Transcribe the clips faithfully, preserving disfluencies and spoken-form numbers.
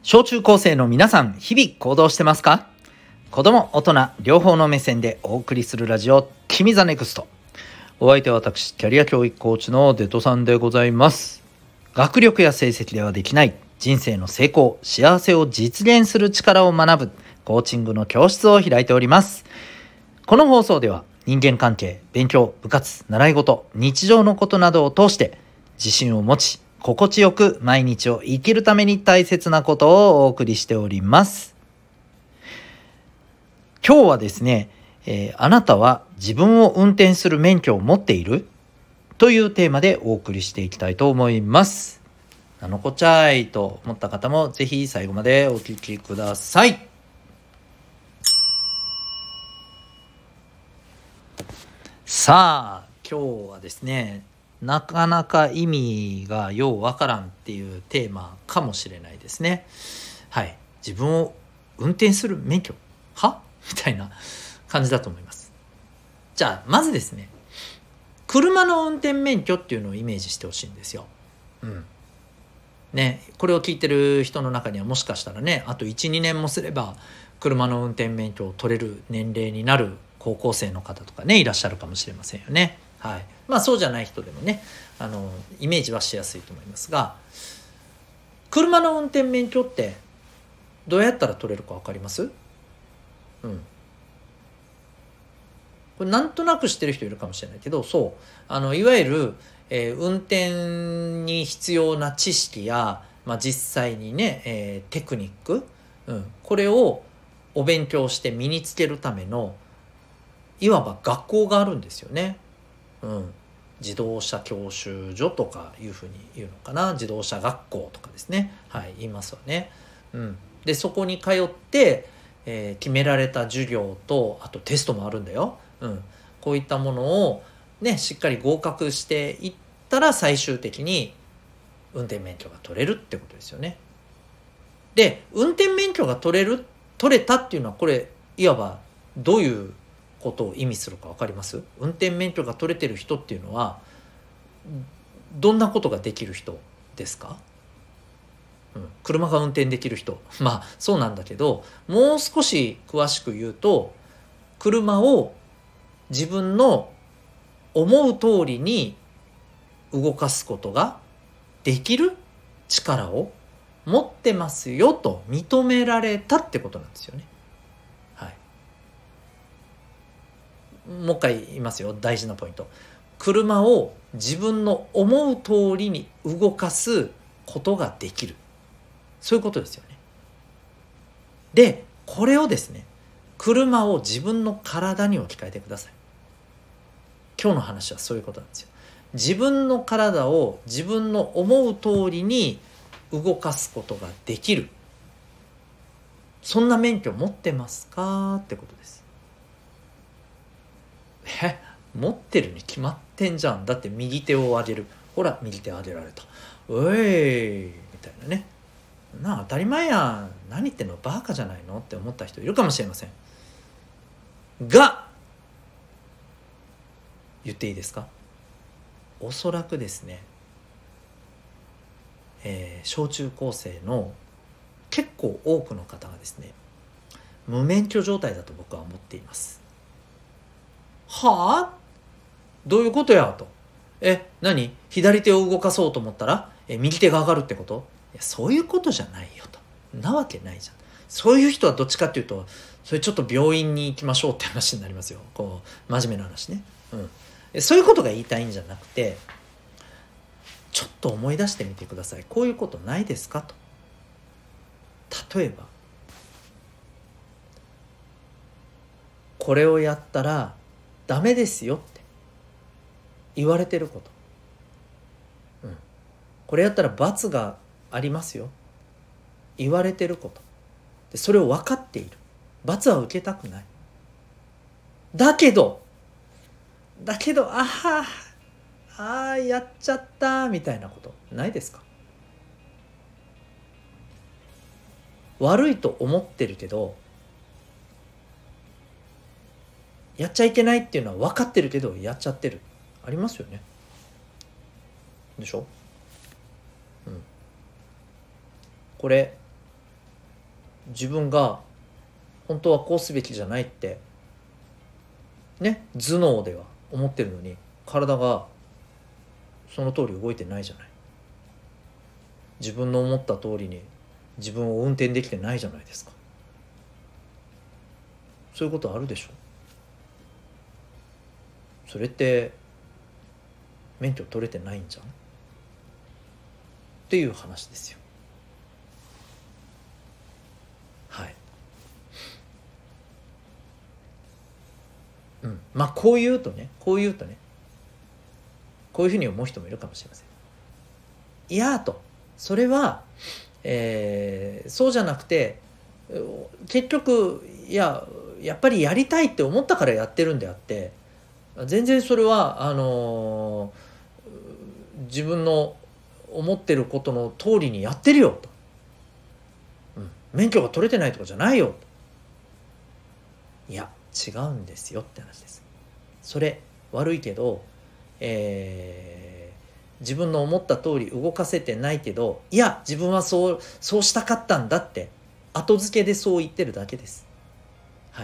小中高生の皆さん、日々行動してますか？子供、大人、両方の目線でお送りするラジオ、君ザネクスト。お相手は私、キャリア教育コーチのデトさんでございます。学力や成績ではできない人生の成功、幸せを実現する力を学ぶコーチングの教室を開いております。この放送では人間関係、勉強、部活、習い事、日常のことなどを通して自信を持ち、心地よく毎日を生きるために大切なことをお送りしております。今日はですね、えー、あなたは自分を運転する免許を持っている？というテーマでお送りしていきたいと思います。なのこちゃいと思った方もぜひ最後までお聞きください。さあ、今日はですね、なかなか意味がようわからんっていうテーマかもしれないですね。はい、自分を運転する免許はみたいな感じだと思います。じゃあまずですね、車の運転免許っていうのをイメージしてほしいんですよ。うんね、これを聞いてる人の中にはもしかしたらね、あと いちにねんもすれば車の運転免許を取れる年齢になる高校生の方とかね、いらっしゃるかもしれませんよね。はい、まあそうじゃない人でもね、あのイメージはしやすいと思いますが、車の運転免許ってどうやったら取れるか分かります？うんこれなんとなく知ってる人いるかもしれないけど、そうあのいわゆる、えー、運転に必要な知識や、まあ、実際にね、えー、テクニック、うん、これをお勉強して身につけるためのいわば学校があるんですよね。うん、自動車教習所とかいうふうに言うのかな、自動車学校とかですね、はい言いますわね。うん、でそこに通って、えー、決められた授業とあとテストもあるんだよ。うん、こういったものをねしっかり合格していったら最終的に運転免許が取れるってことですよね。で運転免許が取れる取れたっていうのはこれいわばどういうことを意味するか分かります？運転免許が取れてる人っていうのはどんなことができる人ですか？うん、車が運転できる人まあそうなんだけど、もう少し詳しく言うと、車を自分の思う通りに動かすことができる力を持ってますよと認められたってことなんですよね。はい、もう一回言いますよ。大事なポイント。車を自分の思う通りに動かすことができる、そういうことですよね。でこれをですね、車を自分の体に置き換えてください。今日の話はそういうことなんですよ。自分の体を自分の思う通りに動かすことができる、そんな免許持ってますかってことです。え持ってるに決まってんじゃん。だって右手を上げる、ほら右手上げられた、おいみたいなね、なあ当たり前やん、何言ってんの、バカじゃないのって思った人いるかもしれませんが、言っていいですか？おそらくですね、えー、小中高生の結構多くの方がですね、無免許状態だと僕は思っています。はあ？どういうことやと。え、何？左手を動かそうと思ったらえ右手が上がるってこと？いや、そういうことじゃないよと。なわけないじゃん。そういう人はどっちかっていうと、それちょっと病院に行きましょうって話になりますよ。こう真面目な話ね。うん。そういうことが言いたいんじゃなくて、ちょっと思い出してみてください。こういうことないですかと。例えば、これをやったらダメですよって言われてること、うん、これやったら罰がありますよ言われてることで、それを分かっている、罰は受けたくない、だけどだけどああああやっちゃったみたいなことないですか？悪いと思ってるけどやっちゃいけないっていうのは分かってるけどやっちゃってる、ありますよね。でしょ？うん。これ自分が本当はこうすべきじゃないってね、頭脳では思ってるのに体がその通り動いてないじゃない。自分の思った通りに自分を運転できてないじゃないですか。そういうことあるでしょ。それって免許取れてないんじゃんっていう話ですよ。はい。うん、まあこう言うとねこう言うとねこういうふうに思う人もいるかもしれません。いやと、それは、えー、そうじゃなくて結局いややっぱりやりたいって思ったからやってるんであって全然それはあのー、自分の思ってることの通りにやってるよと、うん、免許が取れてないとかじゃないよと。いや違うんですよって話です。それ悪いけど、えー、自分の思った通り動かせてないけどいや自分はそうそうしたかったんだって後付けでそう言ってるだけです。はい。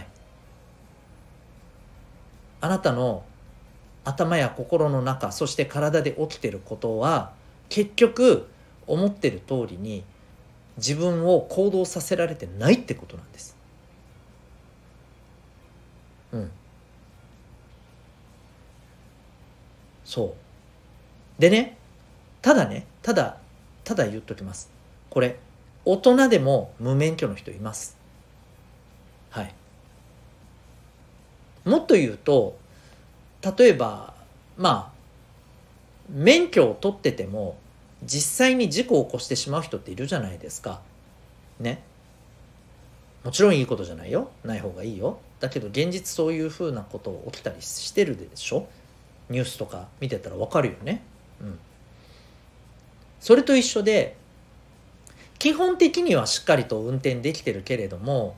あなたの頭や心の中そして体で起きてることは結局思ってる通りに自分を行動させられてないってことなんです。うん。そうでね、ただねただただ言っときます。これ大人でも無免許の人います。はい。もっと言うと例えばまあ免許を取ってても実際に事故を起こしてしまう人っているじゃないですかね。もちろんいいことじゃないよ、ない方がいいよ。だけど現実そういうふうなこと起きたりしてるでしょ。ニュースとか見てたらわかるよね。うん。それと一緒で基本的にはしっかりと運転できてるけれども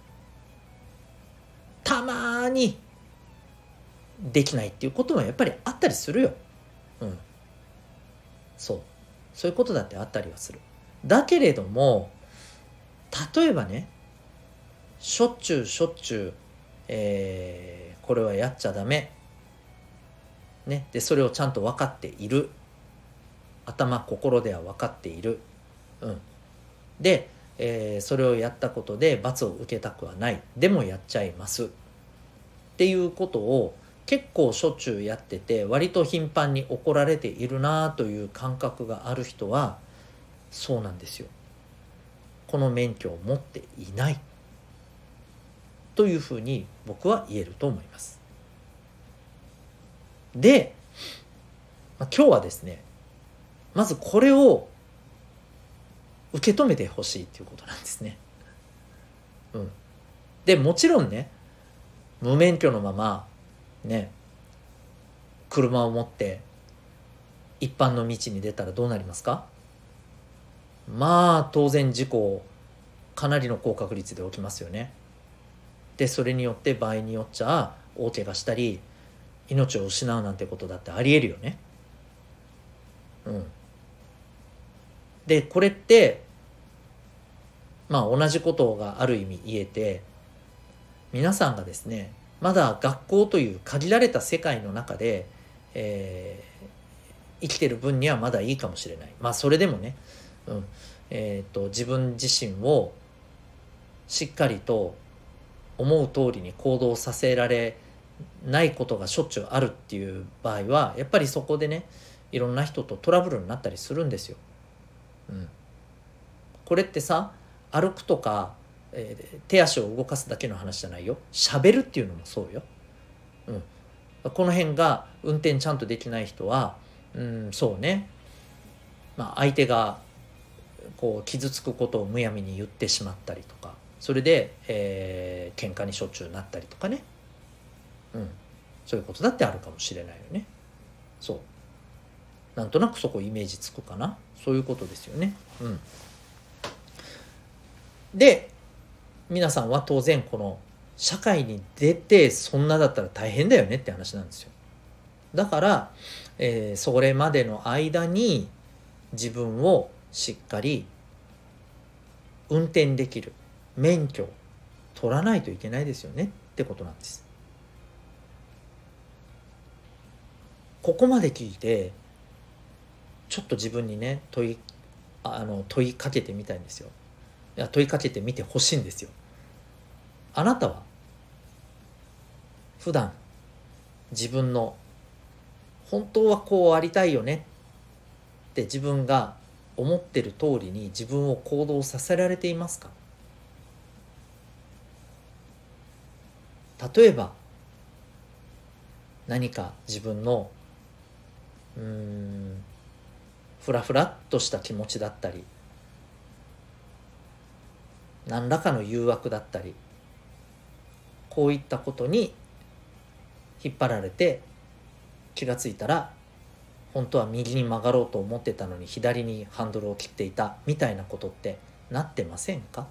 たまにできないっていうことはやっぱりあったりするよ。うん。そうそういうことだってあったりはする。だけれども例えばねしょっちゅうしょっちゅう、えーこれはやっちゃダメ、ね、でそれをちゃんと分かっている、頭心では分かっている、うん、で、えーそれをやったことで罰を受けたくはない、でもやっちゃいますっていうことを結構しょっちゅうやってて割と頻繁に怒られているなという感覚がある人はそうなんですよ、この免許を持っていないというふうに僕は言えると思います。で、まあ、今日はですねまずこれを受け止めてほしいということなんですね。うん、でもちろんね無免許のままね車を持って一般の道に出たらどうなりますか。まあ当然事故かなりの高確率で起きますよね。でそれによって場合によっちゃ大怪我したり命を失うなんてことだってありえるよね。うん。でこれってまあ同じことがある意味言えて皆さんがですねまだ学校という限られた世界の中で、えー生きてる分にはまだいいかもしれない。まあそれでもね、うんえー、と自分自身をしっかりと思う通りに行動させられないことがしょっちゅうあるっていう場合はやっぱりそこでねいろんな人とトラブルになったりするんですよ。うん、これってさ歩くとか、えー手足を動かすだけの話じゃないよ。喋るっていうのもそうよ。うん、この辺が運転ちゃんとできない人は、うん、そうね、まあ、相手がこう傷つくことをむやみに言ってしまったりとかそれで、えー、喧嘩にしょっちゅうなったりとかね、うん、そういうことだってあるかもしれないよね。そうなんとなくそこイメージつくかな。そういうことですよね。うん、で皆さんは当然この社会に出てそんなだったら大変だよねって話なんですよ。だから、えー、それまでの間に自分をしっかり運転できる免許取らないといけないですよねってことなんです。ここまで聞いてちょっと自分にね問いあの問いかけてみたいんですよ。いや問いかけてみてほしいんですよ。あなたは普段自分の本当はこうありたいよねって自分が思ってる通りに自分を行動させられていますか？例えば何か自分のうーんふらふらっとした気持ちだったり、何らかの誘惑だったり、こういったことに引っ張られて気がついたら本当は右に曲がろうと思ってたのに左にハンドルを切っていたみたいなことってなってませんか？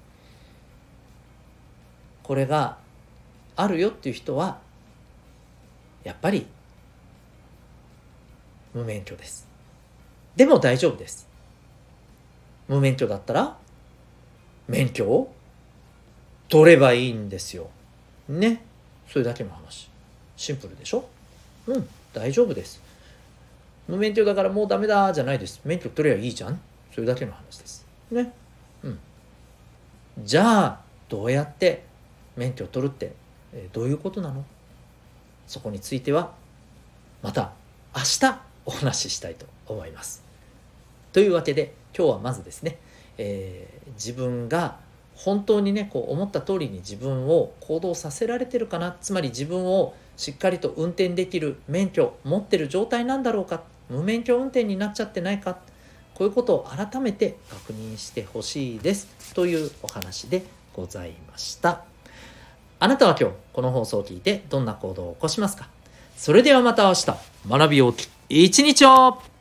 これがあるよっていう人はやっぱり無免許です。でも大丈夫です。無免許だったら免許を取ればいいんですよ。ね。それだけの話。シンプルでしょ？うん、大丈夫です。無免許だからもうダメだじゃないです。免許取ればいいじゃん。それだけの話です。ね。うん。じゃあどうやって免許を取るってえーどういうことなの？そこについてはまた明日お話ししたいと思います。というわけで今日はまずですね、えー自分が本当にねこう思った通りに自分を行動させられてるかな、つまり自分をしっかりと運転できる免許持ってる状態なんだろうか、無免許運転になっちゃってないか、こういうことを改めて確認してほしいですというお話でございました。あなたは今日この放送を聞いてどんな行動を起こしますか？それではまた明日、学び大きい一日を。